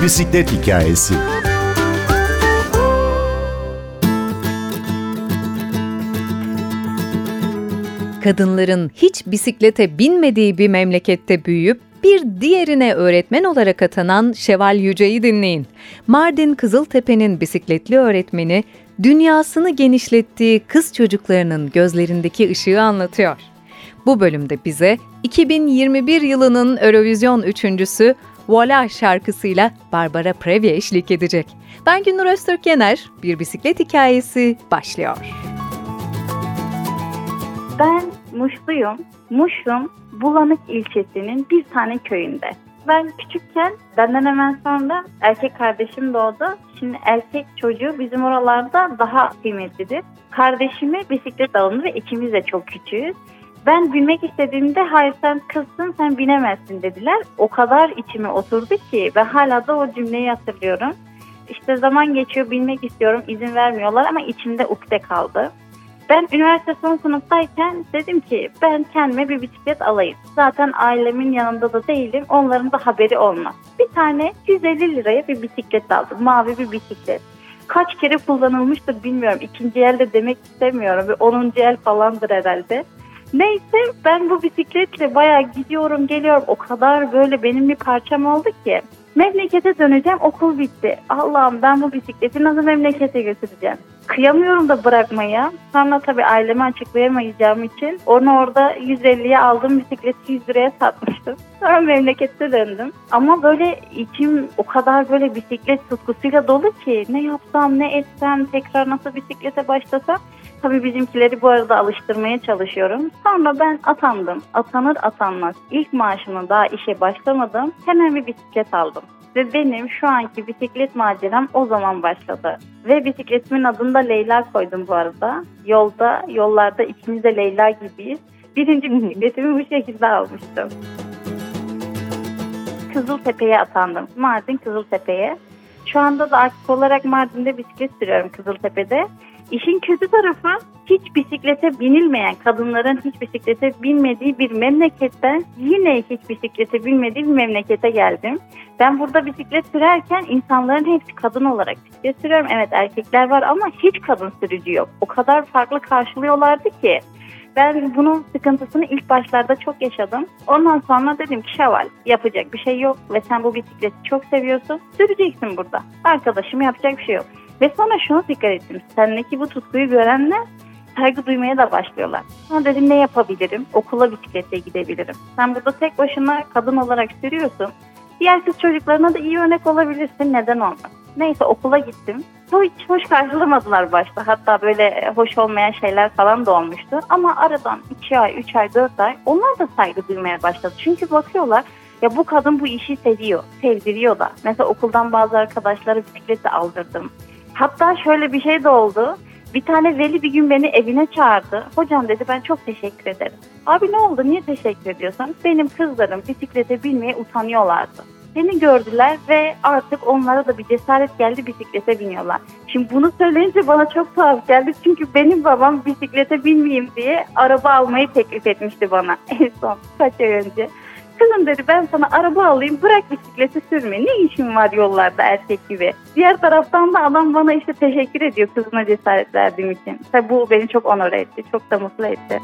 bisiklet hikayesi. Kadınların hiç bisiklete binmediği bir memlekette büyüyüp bir diğerine öğretmen olarak atanan Şevval Yüce'yi dinleyin. Mardin Kızıltepe'nin bisikletli öğretmeni, dünyasını genişlettiği kız çocuklarının gözlerindeki ışığı anlatıyor. Bu bölümde bize 2021 yılının Eurovision üçüncüsü Voilà şarkısıyla Barbara Pravi eşlik edecek. Ben Günnur Öztürk Yener, bir bisiklet hikayesi başlıyor. Ben Muşluyum. Muş'un Bulanık ilçesinin bir tane köyünde. Ben küçükken benden hemen sonra erkek kardeşim doğdu. Şimdi erkek çocuğu bizim oralarda daha kıymetlidir. Kardeşime bisiklet alındı ve ikimiz de çok küçüğüz. Ben binmek istediğimde hayır sen kızsın sen binemezsin dediler. O kadar içime oturdu ki ben hala da o cümleyi hatırlıyorum. İşte zaman geçiyor binmek istiyorum izin vermiyorlar ama içimde ukde kaldı. Ben üniversite son sınıftayken dedim ki ben kendime bir bisiklet alayım. Zaten ailemin yanında da değilim. Onların da haberi olmaz. Bir tane 150 liraya bir bisiklet aldım. Mavi bir bisiklet. Kaç kere kullanılmıştır bilmiyorum. İkinci elde demek istemiyorum. 10. el falandır herhalde. Neyse ben bu bisikletle bayağı gidiyorum geliyorum. O kadar böyle benim bir parçam oldu ki. Memlekete döneceğim, okul bitti. Allah'ım ben bu bisikleti nasıl memlekete götüreceğim? Kıyamıyorum da bırakmaya. Sonra tabii aileme açıklayamayacağım için onu orada 150'ye aldım, bisikleti 100 liraya satmıştım. Sonra memlekete döndüm. Ama böyle içim o kadar böyle bisiklet tutkusuyla dolu ki ne yapsam ne etsem tekrar nasıl bisiklete başlasam. Tabii bizimkileri bu arada alıştırmaya çalışıyorum. Sonra ben atandım. Atanır atanmaz. İlk maaşımı daha işe başlamadım. Hemen bir bisiklet aldım. Ve benim şu anki bisiklet maceram o zaman başladı. Ve bisikletimin adını da Leyla koydum bu arada. Yollarda ikimiz de Leyla gibiyiz. Birinci bisikletimi bu şekilde almıştım. Kızıltepe'ye atandım. Mardin Kızıltepe'ye. Şu anda da aktif olarak Mardin'de bisiklet sürüyorum Kızıltepe'de. İşin kötü tarafı hiç bisiklete binilmeyen, kadınların hiç bisiklete binmediği bir memleketten yine hiç bisiklete binmediği bir memlekete geldim. Ben burada bisiklet sürerken insanların hepsi kadın olarak bisiklet sürüyorum. Evet erkekler var ama hiç kadın sürücü yok. O kadar farklı karşılıyorlardı ki. Ben bunun sıkıntısını ilk başlarda çok yaşadım. Ondan sonra dedim ki Şevval yapacak bir şey yok ve sen bu bisikleti çok seviyorsun. Süreceksin burada. Arkadaşım yapacak bir şey yok. Ve sonra şunu dikkat ettim. Sendeki bu tutkuyu görenler saygı duymaya da başlıyorlar. Sonra dedim ne yapabilirim? Okula bisikletle gidebilirim. Sen burada tek başına kadın olarak sürüyorsun. Diğer kız çocuklarına da iyi örnek olabilirsin. Neden olmaz? Neyse okula gittim. Hiç hoş karşılamadılar başta. Hatta böyle hoş olmayan şeyler falan da olmuştu. Ama aradan 2 ay, 3 ay, 4 ay onlar da saygı duymaya başladı. Çünkü bakıyorlar ya bu kadın bu işi seviyor, sevdiriyor da. Mesela okuldan bazı arkadaşlara bisikletle aldırdım. Hatta şöyle bir şey de oldu. Bir tane veli bir gün beni evine çağırdı. Hocam dedi ben çok teşekkür ederim. Abi ne oldu niye teşekkür ediyorsun? Benim kızlarım bisiklete binmeye utanıyorlardı. Beni gördüler ve artık onlara da bir cesaret geldi bisiklete biniyorlar. Şimdi bunu söyleyince bana çok tuhaf geldi. Çünkü benim babam bisiklete binmeyeyim diye araba almayı teklif etmişti bana en son kaç ay önce. Kızım dedi ben sana araba alayım bırak bisikleti sürme. Ne işin var yollarda erkek gibi. Diğer taraftan da adam bana işte teşekkür ediyor kızına cesaret verdiğim için. Tabii bu beni çok onur etti. Çok da mutlu etti.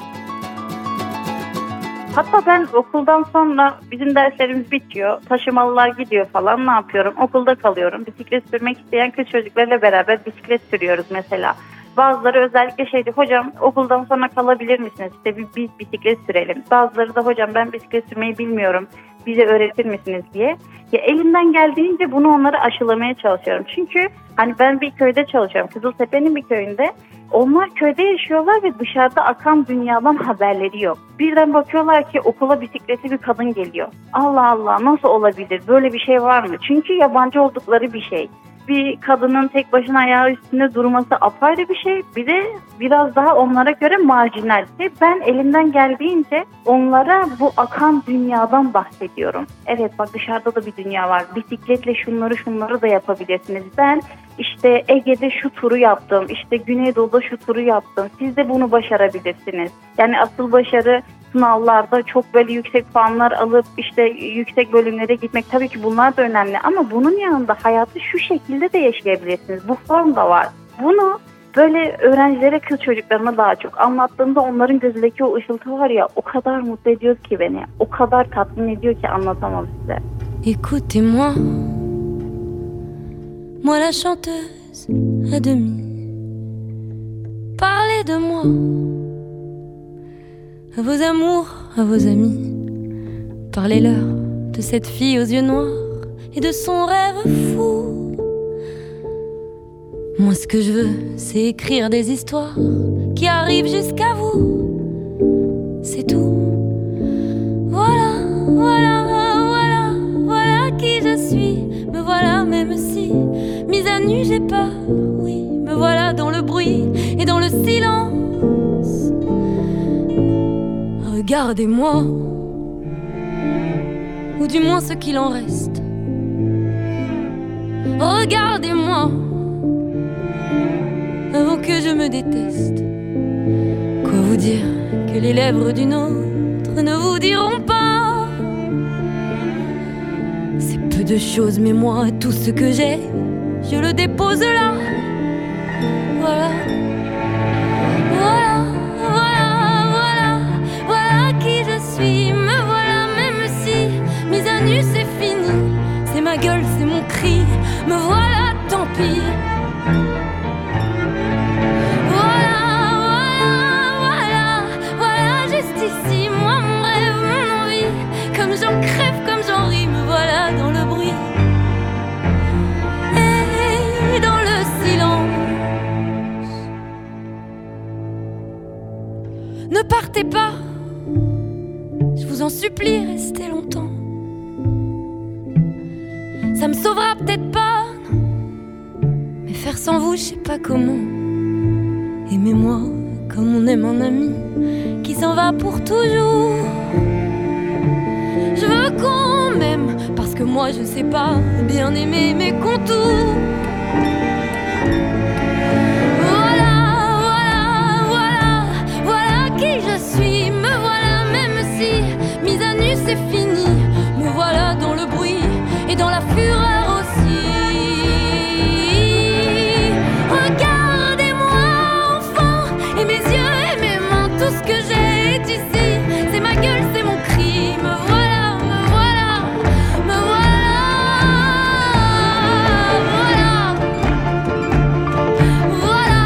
Hatta ben okuldan sonra bizim derslerimiz bitiyor. Taşımalılar gidiyor falan ne yapıyorum? Okulda kalıyorum. Bisiklet sürmek isteyen kız çocuklarla beraber bisiklet sürüyoruz mesela. Bazıları özellikle şeydi hocam okuldan sonra kalabilir misiniz? İşte biz bisiklet sürelim. Bazıları da hocam ben bisiklet sürmeyi bilmiyorum. Bize öğretir misiniz diye. Ya elimden geldiğince bunu onlara aşılamaya çalışıyorum. Çünkü hani ben bir köyde çalışıyorum. Kızıltepe'nin bir köyünde. Onlar köyde yaşıyorlar ve dışarıda akan dünyadan haberleri yok. Birden bakıyorlar ki okula bisikletli bir kadın geliyor. Allah Allah nasıl olabilir? Böyle bir şey var mı? Çünkü yabancı oldukları bir şey. Bir kadının tek başına ayağı üstünde durması apayrı bir şey. Bir de biraz daha onlara göre marjinal. Ben elimden geldiğince onlara bu akan dünyadan bahsediyorum. Evet bak dışarıda da bir dünya var. Bisikletle şunları da yapabilirsiniz. Ben işte Ege'de şu turu yaptım. İşte Güneydoğu'da şu turu yaptım. Siz de bunu başarabilirsiniz. Yani asıl başarı sınavlarda çok böyle yüksek puanlar alıp işte yüksek bölümlere gitmek, tabii ki bunlar da önemli ama bunun yanında hayatı şu şekilde de yaşayabilirsiniz. Bu form da var. Bunu böyle öğrencilere, kız çocuklarına daha çok anlattığımda onların gözündeki o ışıltı var ya, o kadar mutlu ediyor ki beni. O kadar tatmin ediyor ki anlatamam size. Écoutez-moi, moi la chanteuse à demi. Parlez de moi, à vos amours, à vos amis. Parlez-leur de cette fille aux yeux noirs et de son rêve fou. Moi ce que je veux, c'est écrire des histoires qui arrivent jusqu'à vous. C'est tout. Voilà, voilà, voilà, voilà qui je suis. Me voilà même si, mise à nu j'ai peur, oui. Me voilà dans le bruit et dans le silence. Regardez-moi, ou du moins ce qu'il en reste. Regardez-moi, avant que je me déteste. Quoi vous dire que les lèvres d'une autre ne vous diront pas? C'est peu de choses, mais moi, tout ce que j'ai, je le dépose là. Voilà, voilà, voilà, voilà, voilà qui je suis. Me voilà même si, mise à nu c'est fini. C'est ma gueule, c'est mon cri. Me voilà, tant pis. Ici, moi, mon rêve, mon envie, comme j'en crève, comme j'en ris, me voilà dans le bruit et dans le silence. Ne partez pas, je vous en supplie, restez longtemps. Ça me sauvera peut-être pas, non, mais faire sans vous, je sais pas comment. Aimez-moi comme on aime un ami qui s'en va pour toujours. Je veux qu'on m'aime parce que moi je sais pas bien aimer mes contours. Voilà, voilà, voilà, voilà qui je suis. Me voilà même si, mise à nu c'est fini. Me voilà dans le bruit et dans la fureur aussi. Regardez-moi enfant, et mes yeux et mes mains, tout ce que j'ai est ici. C'est ma gueule, c'est mon cri. Me voilà, me voilà, me voilà. Voilà, voilà,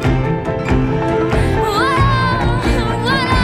voilà,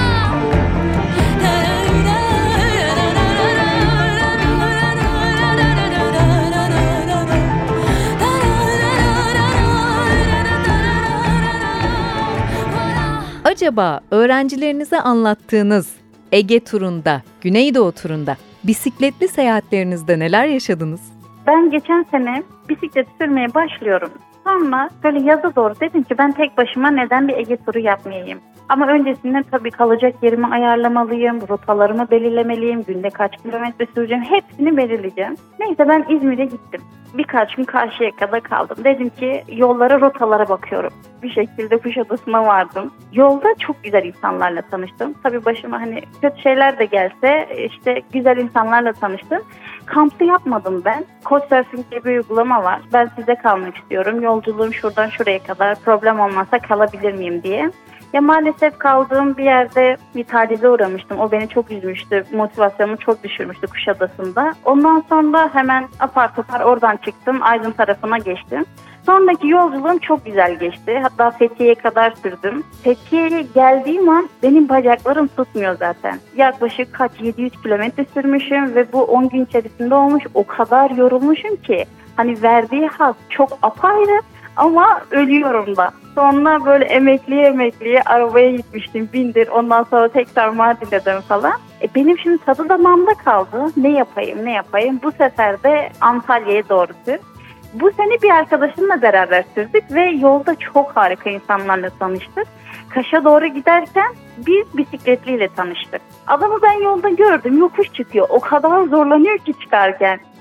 Acaba öğrencilerinize anlattığınız Ege turunda, Güneydoğu turunda, bisikletli seyahatlerinizde neler yaşadınız? Ben geçen sene bisiklet sürmeye başlıyorum. Sonra böyle yaza doğru dedim ki ben tek başıma neden bir Ege turu yapmayayım? Ama öncesinde tabii kalacak yerimi ayarlamalıyım, rotalarımı belirlemeliyim, günde kaç kilometre süreceğim, hepsini belirleyeceğim. Neyse ben İzmir'e gittim. Birkaç gün Karşıyaka'da kaldım. Dedim ki yollara, rotalara bakıyorum. Bir şekilde Kuşadası'na vardım. Yolda çok güzel insanlarla tanıştım. Tabii başıma hani kötü şeyler de gelse işte güzel insanlarla tanıştım. Kampı yapmadım ben. Couchsurfing diye bir uygulama var. Ben size kalmak istiyorum. Yolculuğum şuradan şuraya kadar, problem olmazsa kalabilir miyim diye. Ya maalesef kaldığım bir yerde bir tacize uğramıştım. O beni çok üzmüştü. Motivasyonumu çok düşürmüştü Kuşadası'nda. Ondan sonra hemen apar topar oradan çıktım. Aydın tarafına geçtim. Sonraki yolculuğum çok güzel geçti. Hatta Fethiye'ye kadar sürdüm. Fethiye'ye geldiğim an benim bacaklarım tutmuyor zaten. Yaklaşık 700 kilometre sürmüşüm ve bu 10 gün içerisinde olmuş. O kadar yorulmuşum ki hani verdiği haz çok apayrı ama ölüyorum da. Sonra böyle emekliye arabaya gitmiştim, bindir. Ondan sonra tekrar Mardin'e dön falan. Benim şimdi tadı damağımda kaldı. Ne yapayım? Bu sefer de Antalya'ya doğru sür. Bu sene bir arkadaşımla beraber sürdük ve yolda çok harika insanlarla tanıştık. Kaş'a doğru giderken biz bisikletliyle tanıştık. Adamı ben yolda gördüm, yokuş çıkıyor. O kadar zorlanıyor ki çıkarken.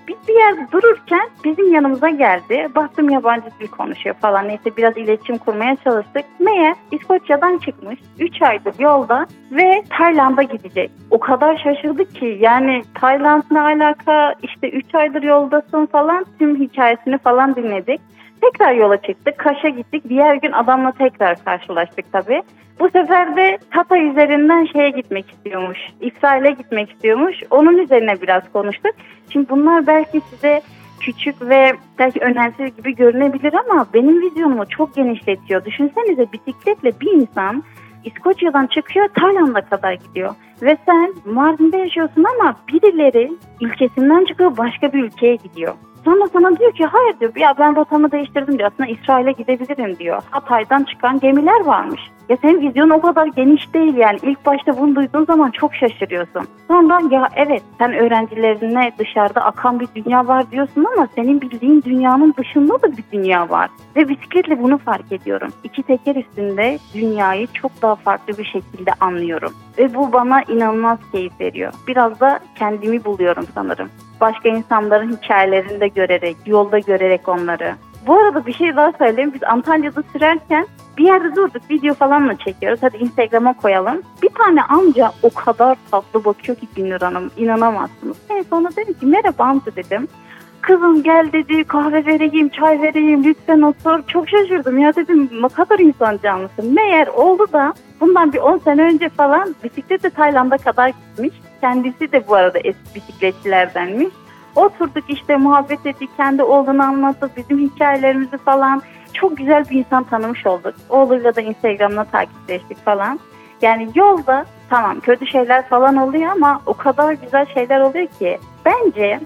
Biz bir yerde dururken bizim yanımıza geldi. Baktım yabancı dil konuşuyor falan. Neyse biraz iletişim kurmaya çalıştık. Meğer İskoçya'dan çıkmış. 3 aydır yolda ve Tayland'a gidecek. O kadar şaşırdık ki yani Tayland ne alaka, işte 3 aydır yoldasın falan, tüm hikayesini falan dinledik. Tekrar yola çıktık. Kaş'a gittik. Diğer gün adamla tekrar karşılaştık tabii. Bu sefer de Hatay üzerinden şeye gitmek istiyormuş. İsrail'e gitmek istiyormuş. Onun üzerine biraz konuştuk. Şimdi bunlar belki size küçük ve belki önemsiz gibi görünebilir ama benim vizyonumu çok genişletiyor. Düşünsenize, bisikletle bir insan İskoçya'dan çıkıyor, Tayland'a kadar gidiyor. Ve sen Mardin'de yaşıyorsun ama birileri ülkesinden çıkıyor, başka bir ülkeye gidiyor. Sonra sana diyor ki hayır diyor, ya ben rotamı değiştirdim diyor, aslında İsrail'e gidebilirim diyor. Hatay'dan çıkan gemiler varmış. Ya senin vizyonun o kadar geniş değil yani. İlk başta bunu duyduğun zaman çok şaşırıyorsun. Sonra ya evet, sen öğrencilerine dışarıda akan bir dünya var diyorsun ama senin bildiğin dünyanın dışında da bir dünya var. Ve bisikletle bunu fark ediyorum. 2 teker üstünde dünyayı çok daha farklı bir şekilde anlıyorum. Ve bu bana inanılmaz keyif veriyor. Biraz da kendimi buluyorum sanırım. Başka insanların hikayelerini de görerek, yolda görerek onları. Bu arada bir şey daha söyleyeyim. Biz Antalya'da sürerken bir yerde durduk, video falan da çekiyoruz. Hadi Instagram'a koyalım. Bir tane amca o kadar tatlı bakıyor ki Gündür Hanım, inanamazsınız. Sonra dedim ki merhaba amca dedim. Kızım gel dedi, kahve vereyim, çay vereyim, lütfen otur. Çok şaşırdım ya, dedim ne kadar insan canlısın. Meğer oldu da bundan bir 10 sene önce falan bisikletle Tayland'a kadar gitmiş. Kendisi de bu arada eski bisikletçilerdenmiş. Oturduk işte, muhabbet ettik, kendi oğlunu anlattık, bizim hikayelerimizi falan. Çok güzel bir insan tanımış olduk. Oğluyla da Instagram'da takipleştik falan. Yani yolda tamam kötü şeyler falan oluyor ama o kadar güzel şeyler oluyor ki. Bence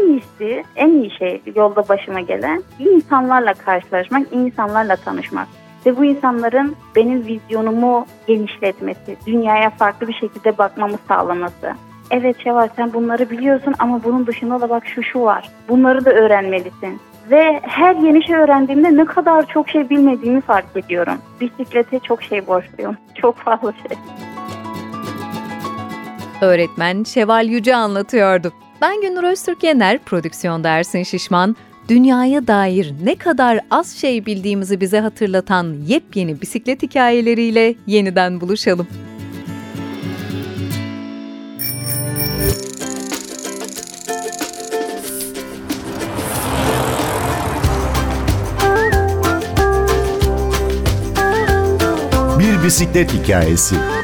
en iyi şey yolda başıma gelen iyi insanlarla karşılaşmak, iyi insanlarla tanışmak. Ve bu insanların benim vizyonumu genişletmesi, dünyaya farklı bir şekilde bakmamı sağlaması. Evet Şevval, sen bunları biliyorsun ama bunun dışında da bak şu var. Bunları da öğrenmelisin. Ve her yeni şey öğrendiğimde ne kadar çok şey bilmediğimi fark ediyorum. Bisiklete çok şey borçluyum. Çok fazla şey. Öğretmen Şevval Yüce anlatıyordu. Ben Gündür Öztürk Yener, prodüksiyonda Ersin Şişman. Dünyaya dair ne kadar az şey bildiğimizi bize hatırlatan yepyeni bisiklet hikayeleriyle yeniden buluşalım. Bir bisiklet hikayesi.